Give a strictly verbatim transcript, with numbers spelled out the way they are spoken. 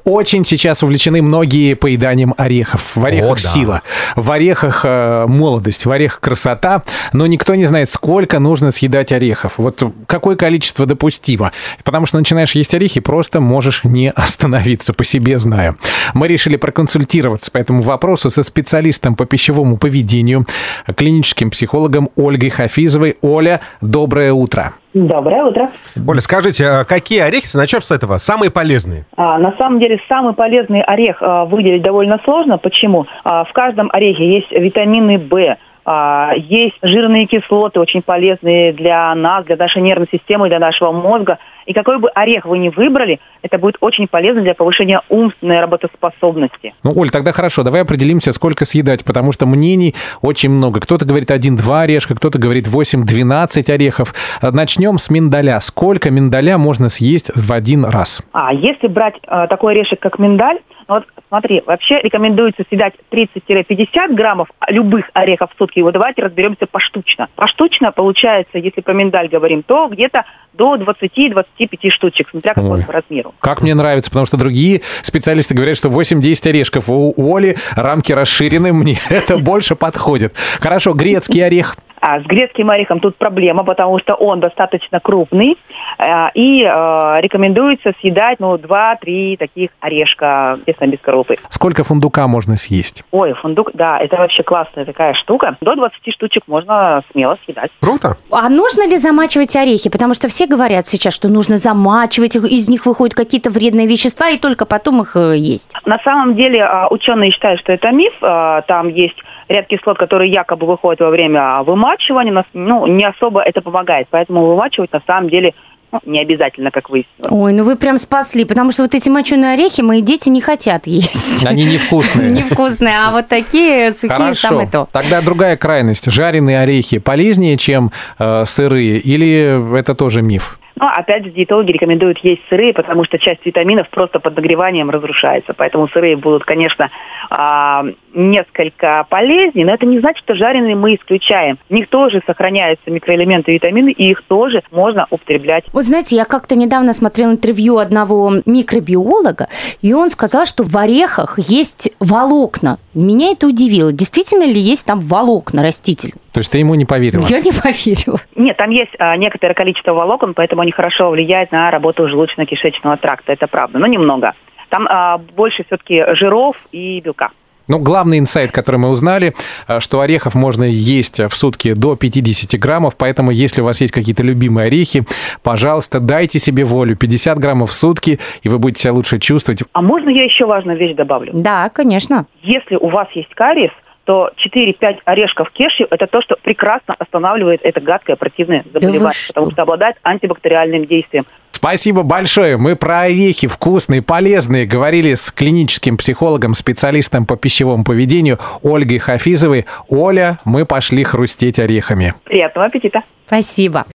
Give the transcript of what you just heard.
Очень сейчас увлечены многие поеданием орехов. В орехах О, да. сила, в орехах э, молодость, в орехах красота, но никто не знает, сколько нужно съедать орехов. Вот какое количество допустимо. Потому что начинаешь есть орехи, просто можешь не остановиться, по себе знаю. Мы решили проконсультироваться по этому вопросу со специалистом по пищевому поведению, клиническим психологом Ольгой Хафизовой. Оля, доброе утро. Доброе утро. Оля, скажите, какие орехи, начнем с этого, самые полезные? А, на самом деле, самый полезный орех а, выделить довольно сложно. Почему? А, в каждом орехе есть витамины В, а, есть жирные кислоты, очень полезные для нас, для нашей нервной системы, для нашего мозга. И какой бы орех вы ни выбрали, это будет очень полезно для повышения умственной работоспособности. Ну, Оль, тогда хорошо, давай определимся, сколько съедать, потому что мнений очень много. Кто-то говорит один-два орешка, кто-то говорит восемь-двенадцать орехов. Начнем с миндаля. Сколько миндаля можно съесть в один раз? А если брать а, такой орешек, как миндаль, вот смотри, вообще рекомендуется съедать тридцать-пятьдесят граммов любых орехов в сутки. Вот давайте разберемся поштучно. Поштучно получается, если про миндаль говорим, то где-то до двадцати-двадцати пяти штучек, смотря какой по размеру. Как мне нравится, потому что другие специалисты говорят, что восемь-десять орешков. У Оли рамки расширены, мне это больше подходит. Хорошо, грецкий орех. А с грецким орехом тут проблема, потому что он достаточно крупный, э, и э, рекомендуется съедать, ну, два-три таких орешка, естественно, без скорлупы. Сколько фундука можно съесть? Ой, фундук, да, это вообще классная такая штука. До двадцати штучек можно смело съедать. Круто. А нужно ли замачивать орехи? Потому что все говорят сейчас, что нужно замачивать их, из них выходят какие-то вредные вещества, и только потом их есть. На самом деле ученые считают, что это миф. Там есть ряд кислот, которые якобы выходят во время вымачивания, ну, не особо это помогает. Поэтому вымачивать на самом деле ну, не обязательно, как выяснилось. Ой, ну вы прям спасли, потому что вот эти моченые орехи мои дети не хотят есть. Они невкусные. Невкусные, а вот такие сухие самое то. Тогда другая крайность. Жареные орехи полезнее, чем э, сырые, или это тоже миф? Ну, опять же, диетологи рекомендуют есть сырые, потому что часть витаминов просто под нагреванием разрушается. Поэтому сырые будут, конечно, несколько полезнее, но это не значит, что жареные мы исключаем. В них тоже сохраняются микроэлементы и витамины, и их тоже можно употреблять. Вот знаете, я как-то недавно смотрела интервью одного микробиолога, и он сказал, что в орехах есть волокна. Меня это удивило. Действительно ли есть там волокна растительные? То есть ты ему не поверила? Я не поверила. Нет, там есть а, некоторое количество волокон, поэтому они хорошо влияют на работу желудочно-кишечного тракта. Это правда, но немного. Там а, больше все-таки жиров и белка. Ну, главный инсайт, который мы узнали, что орехов можно есть в сутки до пятидесяти граммов, поэтому если у вас есть какие-то любимые орехи, пожалуйста, дайте себе волю. пятьдесят граммов в сутки, и вы будете себя лучше чувствовать. А можно я еще важную вещь добавлю? Да, конечно. Если у вас есть кариес, то четыре-пять орешков кешью – это то, что прекрасно останавливает это гадкое противное заболевание, да потому что обладает антибактериальным действием. Спасибо большое. Мы про орехи вкусные, полезные говорили с клиническим психологом, специалистом по пищевому поведению Ольгой Хафизовой. Оля, мы пошли хрустеть орехами. Приятного аппетита. Спасибо.